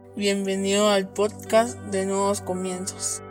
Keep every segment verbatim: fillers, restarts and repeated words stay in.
Bienvenido al podcast de Nuevos Comienzos.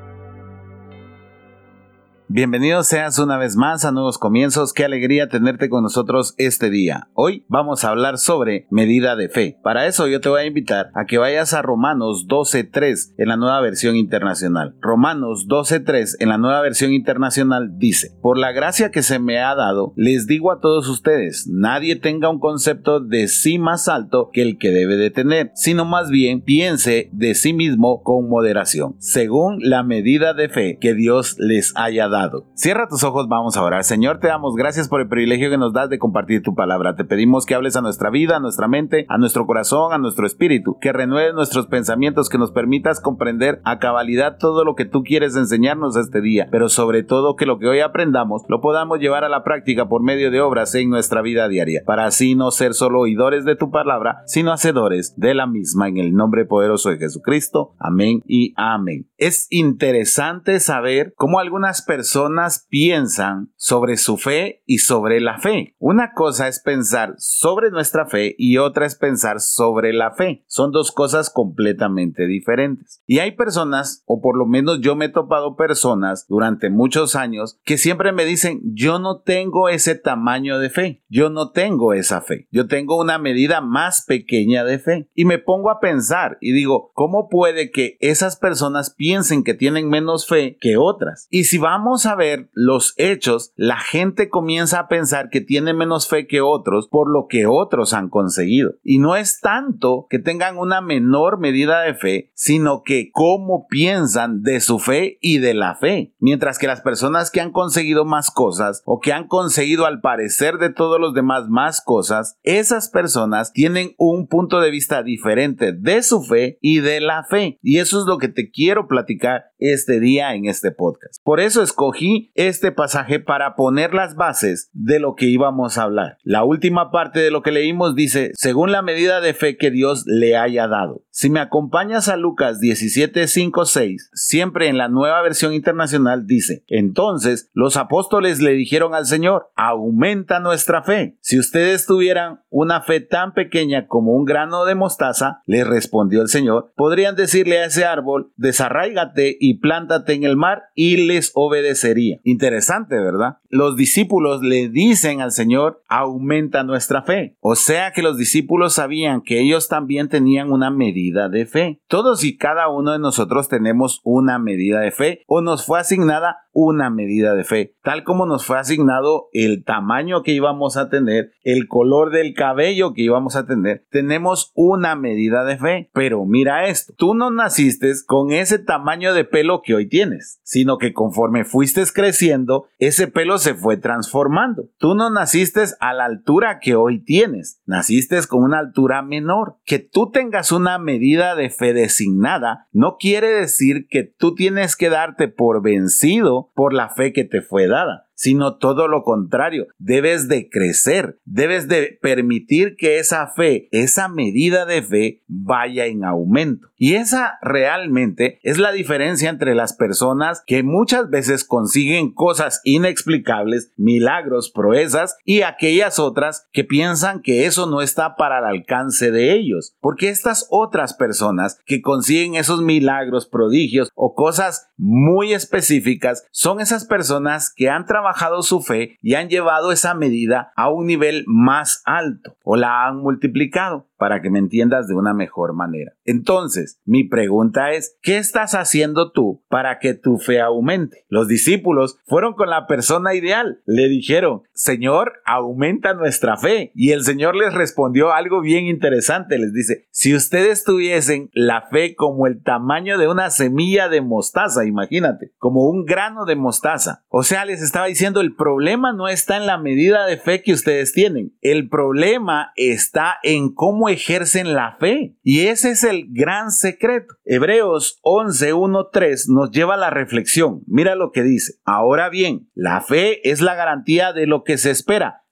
Bienvenido seas una vez más a Nuevos Comienzos. Qué alegría tenerte con nosotros este día. Hoy vamos a hablar sobre medida de fe. Para eso yo te voy a invitar a que vayas a Romanos doce tres en la Nueva Versión Internacional. Romanos doce tres en la Nueva Versión Internacional dice: Por la gracia que se me ha dado, les digo a todos ustedes, nadie tenga un concepto de sí más alto que el que debe de tener, sino más bien piense de sí mismo con moderación, según la medida de fe que Dios les haya dado. Cierra tus ojos, vamos a orar. Señor, te damos gracias por el privilegio que nos das de compartir tu palabra. Te pedimos que hables a nuestra vida, a nuestra mente, a nuestro corazón, a nuestro espíritu, que renueves nuestros pensamientos, que nos permitas comprender a cabalidad todo lo que tú quieres enseñarnos este día, pero sobre todo que lo que hoy aprendamos lo podamos llevar a la práctica por medio de obras en nuestra vida diaria, para así no ser solo oidores de tu palabra, sino hacedores de la misma, en el nombre poderoso de Jesucristo. Amén y amén. Es interesante saber cómo algunas personas personas piensan sobre su fe y sobre la fe. Una cosa es pensar sobre nuestra fe y otra es pensar sobre la fe. Son dos cosas completamente diferentes. Y hay personas, o por lo menos yo me he topado personas durante muchos años, que siempre me dicen: yo no tengo ese tamaño de fe, yo no tengo esa fe, yo tengo una medida más pequeña de fe. Y me pongo a pensar y digo, ¿cómo puede que esas personas piensen que tienen menos fe que otras? Y si vamos a ver los hechos, la gente comienza a pensar que tiene menos fe que otros por lo que otros han conseguido. Y no es tanto que tengan una menor medida de fe, sino que cómo piensan de su fe y de la fe. Mientras que las personas que han conseguido más cosas o que han conseguido al parecer de todos los demás más cosas, esas personas tienen un punto de vista diferente de su fe y de la fe. Y eso es lo que te quiero platicar este día en este podcast. Por eso escogí este pasaje para poner las bases de lo que íbamos a hablar. La última parte de lo que leímos dice: según la medida de fe que Dios le haya dado. Si me acompañas a Lucas diecisiete cinco seis, siempre en la Nueva Versión Internacional dice: entonces los apóstoles le dijeron al Señor: aumenta nuestra fe. Si ustedes tuvieran una fe tan pequeña como un grano de mostaza, les respondió el Señor, podrían decirle a ese árbol: desarráigate y plántate en el mar, y les obedecería. Interesante, ¿verdad? Los discípulos le dicen al Señor: aumenta nuestra fe. O sea que los discípulos sabían que ellos también tenían una medida de fe. Todos y cada uno de nosotros tenemos una medida de fe, o nos fue asignada una medida de fe, tal como nos fue asignado el tamaño que íbamos a tener, el color del cabello que íbamos a tener. Tenemos una medida de fe. Pero mira esto, tú no naciste con ese tamaño de pelo que hoy tienes, sino que conforme fuiste creciendo, ese pelo se fue transformando. Tú no naciste a la altura que hoy tienes, naciste con una altura menor. Que tú tengas una medida de fe designada no quiere decir que tú tienes que darte por vencido por la fe que te fue dada, sino todo lo contrario. Debes de crecer, debes de permitir que esa fe, esa medida de fe vaya en aumento. Y esa realmente es la diferencia entre las personas que muchas veces consiguen cosas inexplicables, milagros, proezas, y aquellas otras que piensan que eso no está para el alcance de ellos. Porque estas otras personas que consiguen esos milagros, prodigios o cosas muy específicas son esas personas que han trabajado su fe y han llevado esa medida a un nivel más alto o la han multiplicado, para que me entiendas de una mejor manera. Entonces, mi pregunta es: ¿qué estás haciendo tú para que tu fe aumente? Los discípulos fueron con la persona ideal. Le dijeron: Señor, aumenta nuestra fe. Y el Señor les respondió algo bien interesante. Les dice: si ustedes tuviesen la fe como el tamaño de una semilla de mostaza, imagínate, como un grano de mostaza. O sea, les estaba diciendo: el problema no está en la medida de fe que ustedes tienen. El problema está en cómo ejercen la fe. Y ese es el gran secreto. Hebreos once uno tres nos lleva a la reflexión. Mira lo que dice: ahora bien, la fe es la garantía de lo que se espera,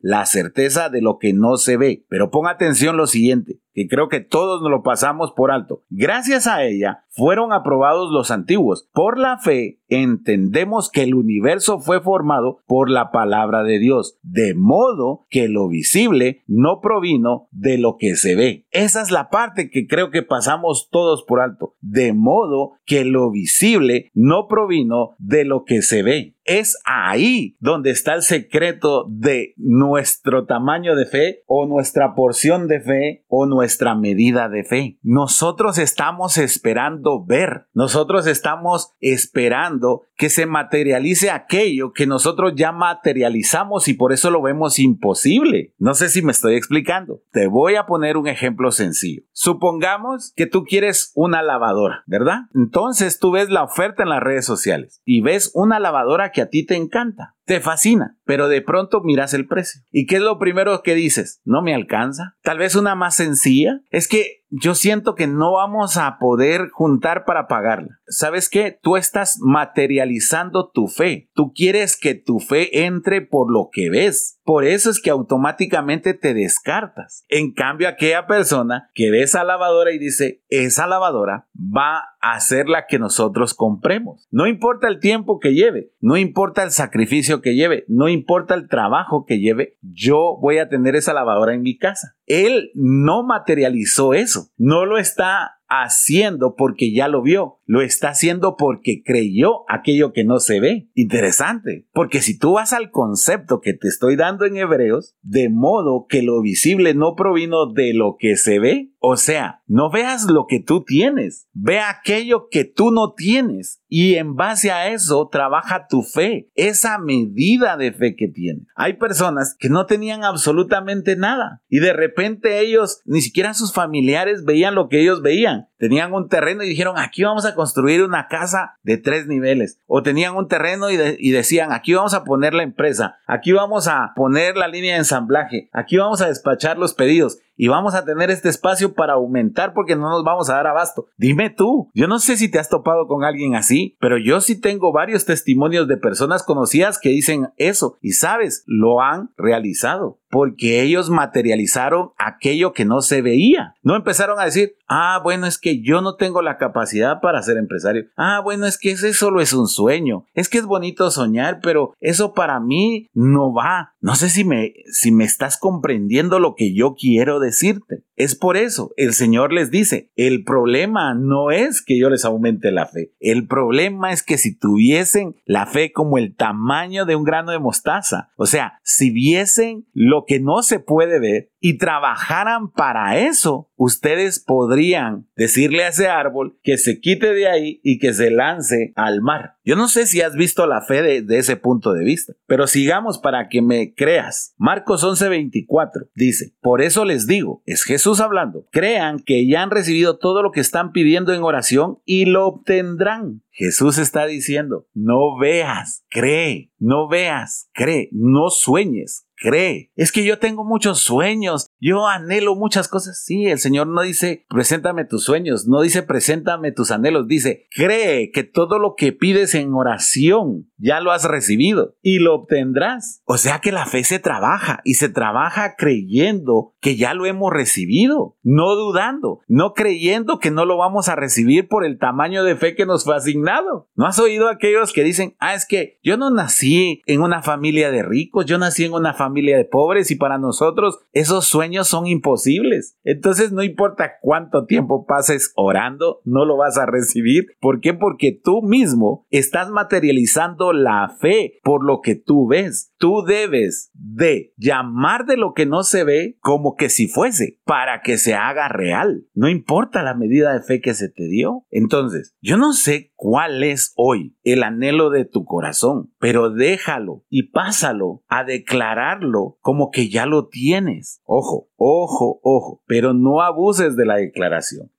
la certeza de lo que no se ve. Pero pon atención lo siguiente, que creo que todos nos lo pasamos por alto. Gracias a ella fueron aprobados los antiguos. Por la fe entendemos que el universo fue formado por la palabra de Dios, de modo que lo visible no provino de lo que se ve. Esa es la parte que creo que pasamos todos por alto. De modo que lo visible no provino de lo que se ve. Es ahí donde está el secreto de nuestro tamaño de fe o nuestra porción de fe o nuestra medida de fe. Nosotros estamos esperando ver, nosotros estamos esperando que se materialice aquello que nosotros ya materializamos y por eso lo vemos imposible. No sé si me estoy explicando. Te voy a poner un ejemplo sencillo. Supongamos que tú quieres una lavadora, ¿verdad? Entonces tú ves la oferta en las redes sociales y ves una lavadora que a ti te encanta, te fascina, pero de pronto miras el precio. ¿Y qué es lo primero que dices? ¿No me alcanza? Tal vez una más sencilla. Es que yo siento que no vamos a poder juntar para pagarla. ¿Sabes qué? Tú estás materializando tu fe. Tú quieres que tu fe entre por lo que ves. Por eso es que automáticamente te descartas. En cambio, aquella persona que ve esa lavadora y dice, esa lavadora va a ser la que nosotros compremos. No importa el tiempo que lleve, no importa el sacrificio que lleve, no importa el trabajo que lleve, yo voy a tener esa lavadora en mi casa. Él no materializó eso, no lo está haciendo porque ya lo vio, lo está haciendo porque creyó aquello que no se ve. Interesante, porque si tú vas al concepto que te estoy dando en Hebreos, de modo que lo visible no provino de lo que se ve, o sea, no veas lo que tú tienes, ve aquello que tú no tienes y en base a eso trabaja tu fe, esa medida de fe que tienes. Hay personas que no tenían absolutamente nada y de repente ellos, ni siquiera sus familiares veían lo que ellos veían. Tenían un terreno y dijeron, aquí vamos a construir una casa de tres niveles. O tenían un terreno y, de, y decían, aquí vamos a poner la empresa, aquí vamos a poner la línea de ensamblaje, aquí vamos a despachar los pedidos y vamos a tener este espacio para aumentar porque no nos vamos a dar abasto. Dime tú, yo no sé si te has topado con alguien así, pero yo sí tengo varios testimonios de personas conocidas que dicen eso y sabes, lo han realizado. Porque ellos materializaron aquello que no se veía. No empezaron a decir, ah, bueno, es que yo no tengo la capacidad para ser empresario. Ah, bueno, es que ese solo es un sueño. Es que es bonito soñar, pero eso para mí no va. No sé si me, si me estás comprendiendo lo que yo quiero decirte. Es por eso, el Señor les dice, el problema no es que yo les aumente la fe. El problema es que si tuviesen la fe como el tamaño de un grano de mostaza, o sea, si viesen lo que no se puede ver y trabajaran para eso, ustedes podrían decirle a ese árbol que se quite de ahí y que se lance al mar. Yo no sé si has visto la fe de, de ese punto de vista, pero sigamos para que me creas. Marcos once veinticuatro dice, por eso les digo, es Jesús hablando, crean que ya han recibido todo lo que están pidiendo en oración y lo obtendrán. Jesús está diciendo, no veas, cree, no veas, cree, no sueñes, cree. Es que yo tengo muchos sueños, yo anhelo muchas cosas. Sí, el Señor no dice, preséntame tus sueños, no dice, preséntame tus anhelos, dice, cree que todo lo que pides en oración ya lo has recibido y lo obtendrás. O sea que la fe se trabaja y se trabaja creyendo que ya lo hemos recibido, no dudando, no creyendo que no lo vamos a recibir por el tamaño de fe que nos fue asignado. ¿No has oído a aquellos que dicen, ah, es que yo no nací en una familia de ricos, yo nací en una familia de pobres y para nosotros esos sueños son imposibles? Entonces no importa cuánto tiempo pases orando, no lo vas a recibir. ¿Por qué? Porque tú mismo estás materializando la fe por lo que tú ves. Tú debes de llamar de lo que no se ve como que si fuese para que se haga real. No importa la medida de fe que se te dio. Entonces, yo no sé cuál es hoy el anhelo de tu corazón, pero déjalo y pásalo a declararlo como que ya lo tienes. Ojo, ojo, ojo, pero no abuses de la declaración.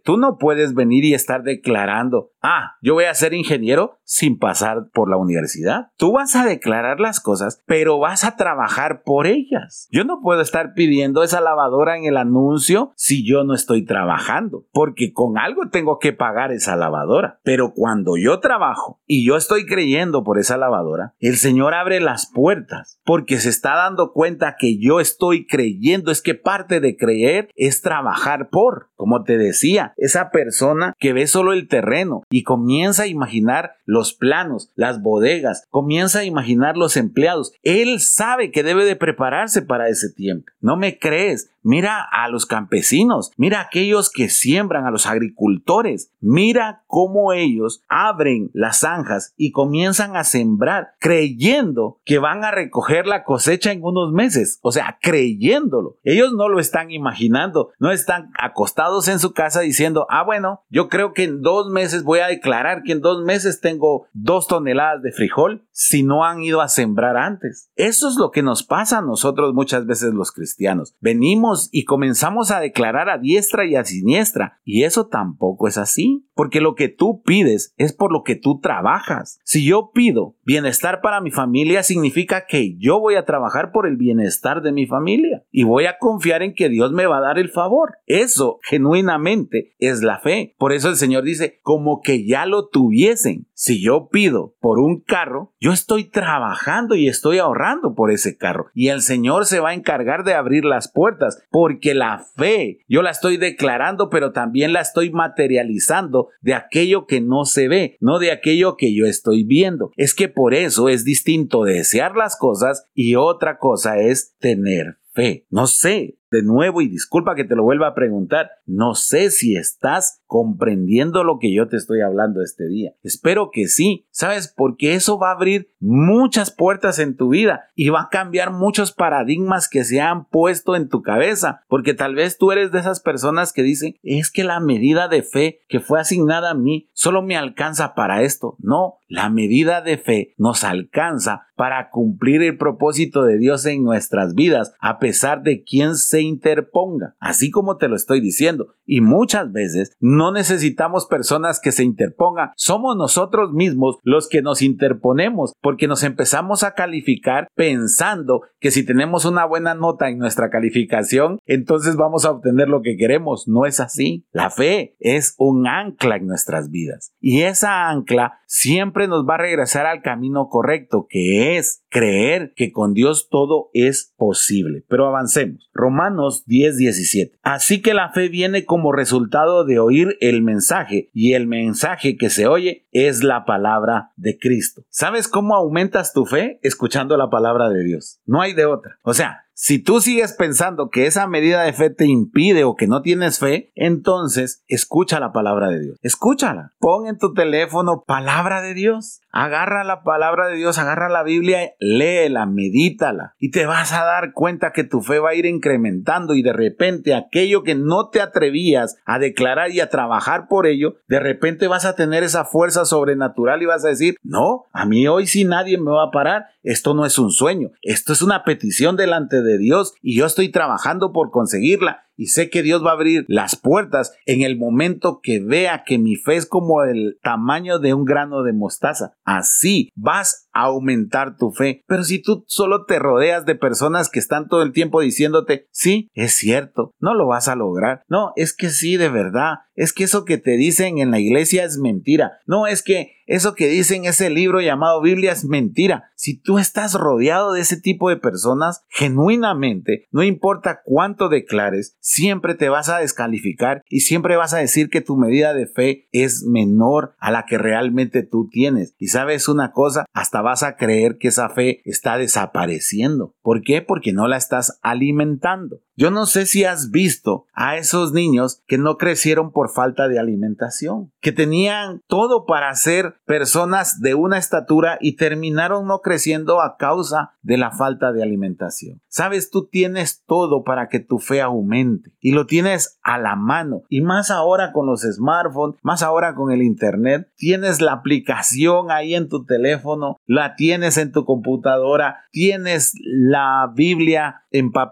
Tú no puedes venir y estar declarando, ah, yo voy a ser ingeniero sin pasar por la universidad. Tú vas a declarar las cosas, pero vas a trabajar por ellas. Yo no puedo estar pidiendo esa lavadora en el anuncio si yo no estoy trabajando, porque con algo tengo que pagar esa lavadora. Pero cuando yo trabajo y yo estoy creyendo por esa lavadora, el Señor abre las puertas porque se está dando cuenta que yo estoy creyendo. Es que parte de creer es trabajar por, como te decía, esa persona que ve solo el terreno y comienza a imaginar los planos, las bodegas, comienza a imaginar los empleados. Él sabe que debe de prepararse para ese tiempo. ¿No me crees? Mira a los campesinos, mira a aquellos que siembran, a los agricultores. Mira cómo ellos abren las zanjas y comienzan a sembrar creyendo que van a recoger la cosecha en unos meses. O sea, creyéndolo. Ellos no lo están imaginando, no están acostados en su casa diciendo, ah, bueno, yo creo que en dos meses voy a declarar que en dos meses tengo dos toneladas de frijol, si no han ido a sembrar antes. Eso es lo que nos pasa a nosotros muchas veces los cristianos. Venimos y comenzamos a declarar a diestra y a siniestra, y eso tampoco es así, porque lo que tú pides es por lo que tú trabajas. Si yo pido bienestar para mi familia, significa que yo voy a trabajar por el bienestar de mi familia y voy a confiar en que Dios me va a dar el favor. Eso genuinamente es la fe. Por eso el Señor dice, como que ya lo tuviesen. Si yo pido por un carro, yo estoy trabajando y estoy ahorrando por ese carro, y el Señor se va a encargar de abrir las puertas, porque la fe yo la estoy declarando, pero también la estoy materializando de aquello que no se ve, no de aquello que yo estoy viendo. Es que por eso es distinto desear las cosas y otra cosa es tener fe. No sé, de nuevo, y disculpa que te lo vuelva a preguntar, no sé si estás comprendiendo lo que yo te estoy hablando este día. Espero que sí, ¿sabes? Porque eso va a abrir muchas puertas en tu vida y va a cambiar muchos paradigmas que se han puesto en tu cabeza, porque tal vez tú eres de esas personas que dicen, es que la medida de fe que fue asignada a mí solo me alcanza para esto. No, la medida de fe nos alcanza para cumplir el propósito de Dios en nuestras vidas, a pesar de quién se interponga, así como te lo estoy diciendo. Y muchas veces no necesitamos personas que se interpongan, somos nosotros mismos los que nos interponemos, porque nos empezamos a calificar pensando que si tenemos una buena nota en nuestra calificación, entonces vamos a obtener lo que queremos. No es así. La fe es un ancla en nuestras vidas, y esa ancla siempre nos va a regresar al camino correcto, que es creer que con Dios todo es posible. Pero avancemos. Romanos diez diecisiete. Así que la fe viene como resultado de oír el mensaje, y el mensaje que se oye es la palabra de Cristo. ¿Sabes cómo aumentas tu fe? Escuchando la palabra de Dios. No hay de otra. O sea, si tú sigues pensando que esa medida de fe te impide o que no tienes fe, entonces escucha la palabra de Dios. Escúchala. Pon en tu teléfono palabra de Dios. Agarra la palabra de Dios, agarra la Biblia, léela, medítala, y te vas a dar cuenta que tu fe va a ir incrementando, y de repente aquello que no te atrevías a declarar y a trabajar por ello, de repente vas a tener esa fuerza sobrenatural y vas a decir, no, a mí hoy sí nadie me va a parar. Esto no es un sueño, esto es una petición delante de Dios, y yo estoy trabajando por conseguirla. Y sé que Dios va a abrir las puertas en el momento que vea que mi fe es como el tamaño de un grano de mostaza. Así vas a aumentar tu fe. Pero si tú solo te rodeas de personas que están todo el tiempo diciéndote, sí, es cierto, no lo vas a lograr. No, es que sí, de verdad. Es que eso que te dicen en la iglesia es mentira. No, es que eso que dicen ese libro llamado Biblia es mentira. Si tú estás rodeado de ese tipo de personas, genuinamente, no importa cuánto declares, siempre te vas a descalificar y siempre vas a decir que tu medida de fe es menor a la que realmente tú tienes. Y sabes una cosa, hasta vas a creer que esa fe está desapareciendo. ¿Por qué? Porque no la estás alimentando. Yo no sé si has visto a esos niños que no crecieron por falta de alimentación, que tenían todo para ser personas de una estatura y terminaron no creciendo a causa de la falta de alimentación. Sabes, tú tienes todo para que tu fe aumente y lo tienes a la mano, y más ahora con los smartphones, más ahora con el internet, tienes la aplicación ahí en tu teléfono, la tienes en tu computadora, tienes la Biblia en papel.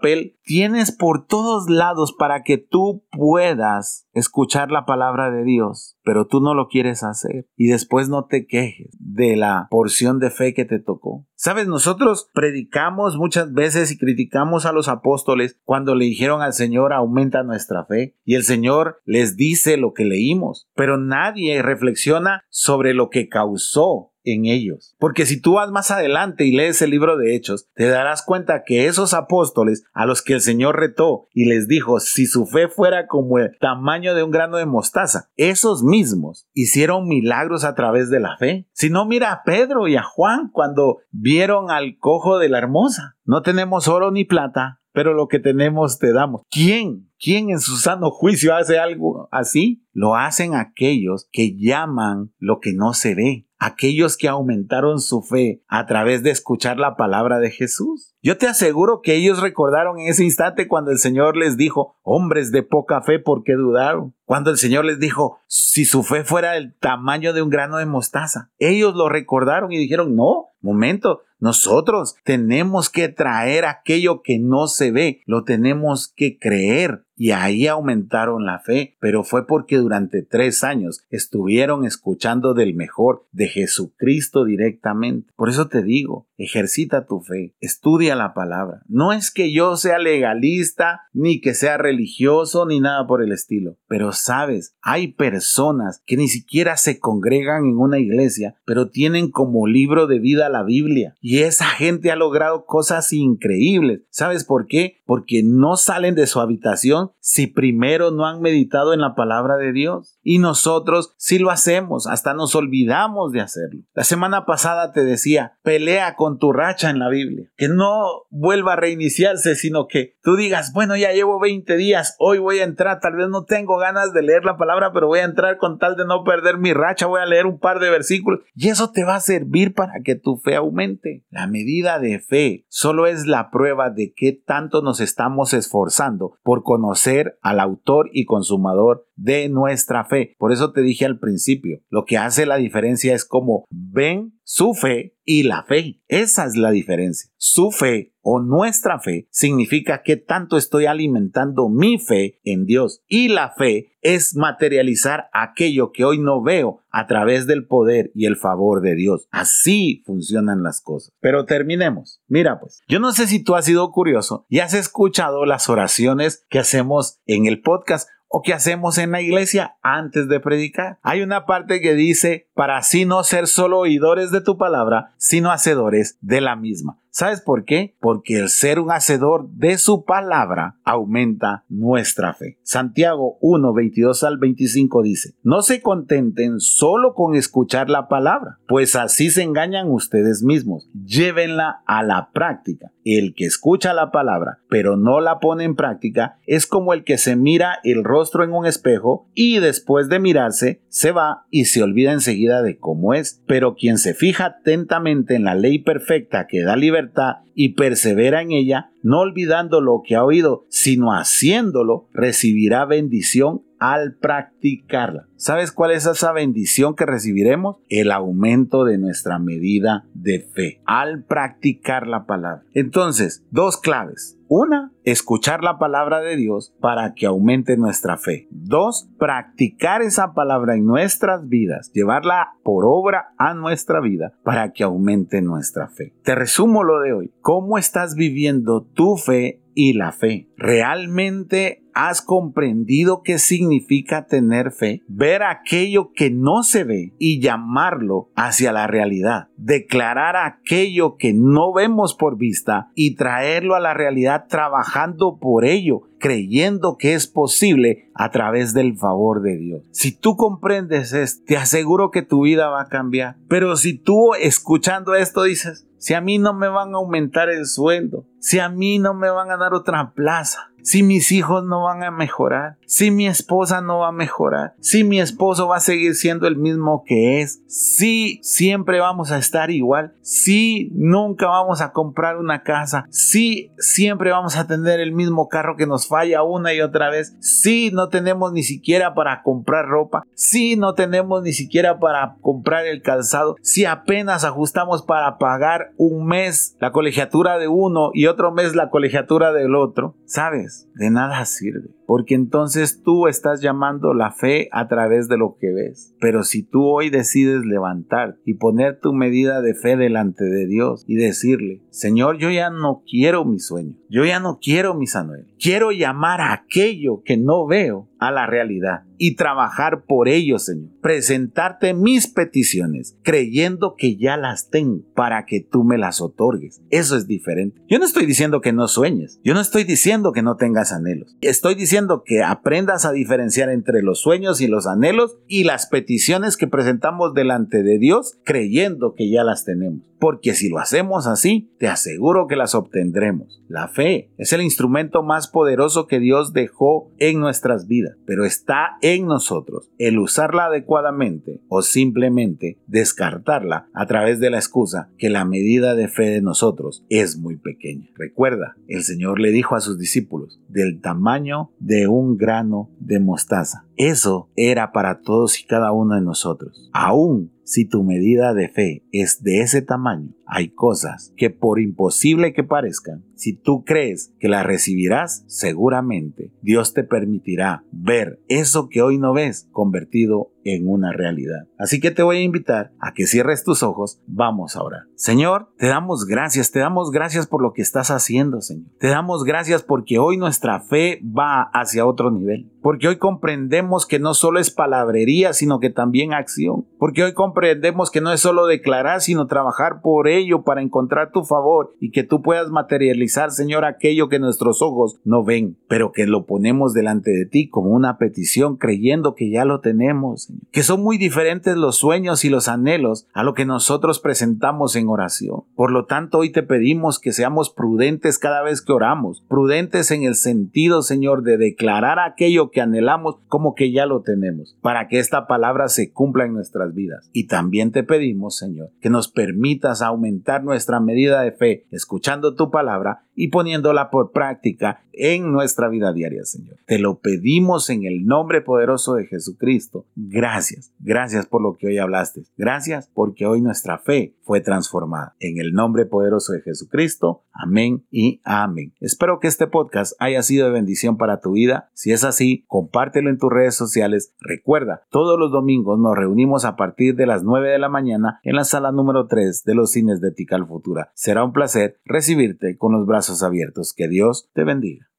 tienes por todos lados para que tú puedas escuchar la palabra de Dios, pero tú no lo quieres hacer y después no te quejes de la porción de fe que te tocó. Sabes, nosotros predicamos muchas veces y criticamos a los apóstoles cuando le dijeron al Señor aumenta nuestra fe, y el Señor les dice lo que leímos, pero nadie reflexiona sobre lo que causó en ellos. Porque si tú vas más adelante y lees el libro de Hechos, te darás cuenta que esos apóstoles a los que el Señor retó y les dijo, si su fe fuera como el tamaño de un grano de mostaza, esos mismos hicieron milagros a través de la fe. Si no, mira a Pedro y a Juan cuando vieron al cojo de la Hermosa. No tenemos oro ni plata, pero lo que tenemos te damos. ¿Quién? ¿Quién en su sano juicio hace algo así? Lo hacen aquellos que llaman lo que no se ve. Aquellos que aumentaron su fe a través de escuchar la palabra de Jesús. Yo te aseguro que ellos recordaron en ese instante cuando el Señor les dijo, hombres de poca fe, ¿por qué dudaron? Cuando el Señor les dijo, si su fe fuera el tamaño de un grano de mostaza. Ellos lo recordaron y dijeron, no, momento, nosotros tenemos que traer aquello que no se ve, lo tenemos que creer. Y ahí aumentaron la fe, pero fue porque durante tres años estuvieron escuchando del mejor, de Jesucristo directamente. Por eso te digo, ejercita tu fe, estudia la palabra. No es que yo sea legalista, ni que sea religioso, ni nada por el estilo. Pero sabes, hay personas que ni siquiera se congregan en una iglesia, pero tienen como libro de vida la Biblia. Y esa gente ha logrado cosas increíbles. ¿Sabes por qué? Porque no salen de su habitación si primero no han meditado en la palabra de Dios. Y nosotros sí lo hacemos, hasta nos olvidamos de hacerlo. La semana pasada te decía, pelea con tu racha en la Biblia. Que no vuelva a reiniciarse, sino que tú digas, bueno, ya llevo veinte días, hoy voy a entrar, tal vez no tengo ganas de leer la palabra, pero voy a entrar con tal de no perder mi racha, voy a leer un par de versículos. Y eso te va a servir para que tu fe aumente. La medida de fe solo es la prueba de qué tanto nos estamos esforzando por conocer al autor y consumador de nuestra fe. Por eso te dije al principio, lo que hace la diferencia es cómo ven su fe y la fe. Esa es la diferencia. Su fe o nuestra fe significa que tanto estoy alimentando mi fe en Dios, y la fe es materializar aquello que hoy no veo a través del poder y el favor de Dios. Así funcionan las cosas. Pero terminemos. Mira pues, yo no sé si tú has sido curioso y has escuchado las oraciones que hacemos en el podcast o que hacemos en la iglesia antes de predicar. Hay una parte que dice, para así no ser solo oidores de tu palabra, sino hacedores de la misma. ¿Sabes por qué? Porque el ser un hacedor de su palabra aumenta nuestra fe. Santiago uno, veintidós al veinticinco dice, no se contenten solo con escuchar la palabra, pues así se engañan ustedes mismos. Llévenla a la práctica. El que escucha la palabra, pero no la pone en práctica, es como el que se mira el rostro en un espejo y después de mirarse, se va y se olvida enseguida de cómo es. Pero quien se fija atentamente en la ley perfecta que da libertad y persevera en ella, no olvidando lo que ha oído, sino haciéndolo, recibirá bendición al practicarla. ¿Sabes cuál es esa bendición que recibiremos? El aumento de nuestra medida de fe al practicar la palabra. Entonces, dos claves. Una, escuchar la palabra de Dios para que aumente nuestra fe. Dos, practicar esa palabra en nuestras vidas, llevarla por obra a nuestra vida para que aumente nuestra fe. Te resumo lo de hoy. ¿Cómo estás viviendo tu fe y la fe? ¿Realmente has comprendido qué significa tener fe? Ver aquello que no se ve y llamarlo hacia la realidad. Declarar aquello que no vemos por vista y traerlo a la realidad trabajando por ello, creyendo que es posible a través del favor de Dios. Si tú comprendes esto, te aseguro que tu vida va a cambiar. Pero si tú escuchando esto dices, si a mí no me van a aumentar el sueldo, si a mí no me van a dar otra plaza, si mis hijos no van a mejorar, si mi esposa no va a mejorar, si mi esposo va a seguir siendo el mismo que es, si siempre vamos a estar igual, si nunca vamos a comprar una casa, si siempre vamos a tener el mismo carro que nos falla una y otra vez, si no tenemos ni siquiera para comprar ropa, si no tenemos ni siquiera para comprar el calzado, si apenas ajustamos para pagar un mes la colegiatura de uno y otro mes la colegiatura del otro, ¿sabes? De nada sirve. Porque entonces tú estás llamando la fe a través de lo que ves. Pero si tú hoy decides levantar y poner tu medida de fe delante de Dios y decirle, Señor, yo ya no quiero mis sueños, yo ya no quiero mis anhelos, quiero llamar a aquello que no veo a la realidad y trabajar por ello, Señor. Presentarte mis peticiones, creyendo que ya las tengo para que tú me las otorgues. Eso es diferente. Yo no estoy diciendo que no sueñes, yo no estoy diciendo que no tengas anhelos, estoy diciendo que aprendas a diferenciar entre los sueños y los anhelos y las peticiones que presentamos delante de Dios, creyendo que ya las tenemos. Porque si lo hacemos así, te aseguro que las obtendremos. La fe es el instrumento más poderoso que Dios dejó en nuestras vidas, pero está en nosotros el usarla adecuadamente o simplemente descartarla a través de la excusa que la medida de fe de nosotros es muy pequeña. Recuerda, el Señor le dijo a sus discípulos, del tamaño de un grano de mostaza. Eso era para todos y cada uno de nosotros. Aún si tu medida de fe es de ese tamaño, hay cosas que por imposible que parezcan, si tú crees que las recibirás, seguramente Dios te permitirá ver eso que hoy no ves convertido en una realidad. Así que te voy a invitar a que cierres tus ojos. Vamos a orar. Señor, te damos gracias, te damos gracias por lo que estás haciendo, Señor. Te damos gracias porque hoy nuestra fe va hacia otro nivel. Porque hoy comprendemos que no solo es palabrería, sino que también acción. Porque hoy comprendemos que no es solo declarar, sino trabajar por ello para encontrar tu favor y que tú puedas materializar, Señor, aquello que nuestros ojos no ven, pero que lo ponemos delante de ti como una petición, creyendo que ya lo tenemos, Señor. Que son muy diferentes los sueños y los anhelos a lo que nosotros presentamos en oración. Por lo tanto, hoy te pedimos que seamos prudentes cada vez que oramos, prudentes en el sentido, Señor, de declarar aquello que anhelamos como que ya lo tenemos, para que esta palabra se cumpla en nuestras vidas. Y también te pedimos, Señor, que nos permitas aumentar nuestra medida de fe, escuchando tu palabra y poniéndola por práctica en nuestra vida diaria, Señor. Te lo pedimos en el nombre poderoso de Jesucristo. Gracias, gracias por lo que hoy hablaste. Gracias porque hoy nuestra fe fue transformada. En el nombre poderoso de Jesucristo. Amén y amén. Espero que este podcast haya sido de bendición para tu vida. Si es así, compártelo en tus redes sociales. Recuerda, todos los domingos nos reunimos a partir de las nueve de la mañana en la sala número tres de los cines de Tikal Futura. Será un placer recibirte con los brazos abiertos. Que Dios te bendiga.